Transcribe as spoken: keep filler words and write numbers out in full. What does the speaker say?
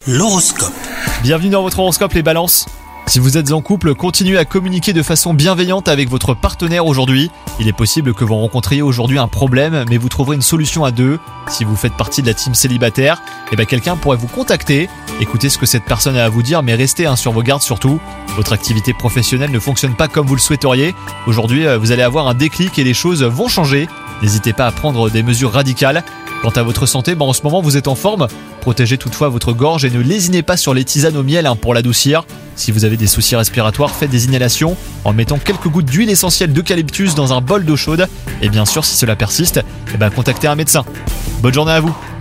L'horoscope. Bienvenue dans votre horoscope les balances. Si vous êtes en couple, continuez à communiquer de façon bienveillante avec votre partenaire aujourd'hui. Il est possible que vous rencontriez aujourd'hui un problème, mais vous trouverez une solution à deux. Si vous faites partie de la team célibataire, eh ben quelqu'un pourrait vous contacter. Écoutez ce que cette personne a à vous dire, mais restez hein, sur vos gardes surtout. Votre activité professionnelle ne fonctionne pas comme vous le souhaiteriez. Aujourd'hui, vous allez avoir un déclic et les choses vont changer. N'hésitez pas à prendre des mesures radicales. Quant à votre santé, ben en ce moment vous êtes en forme. Protégez toutefois votre gorge et ne lésinez pas sur les tisanes au miel hein, pour l'adoucir. Si vous avez des soucis respiratoires, faites des inhalations en mettant quelques gouttes d'huile essentielle d'eucalyptus dans un bol d'eau chaude. Et bien sûr, si cela persiste, eh ben, contactez un médecin. Bonne journée à vous.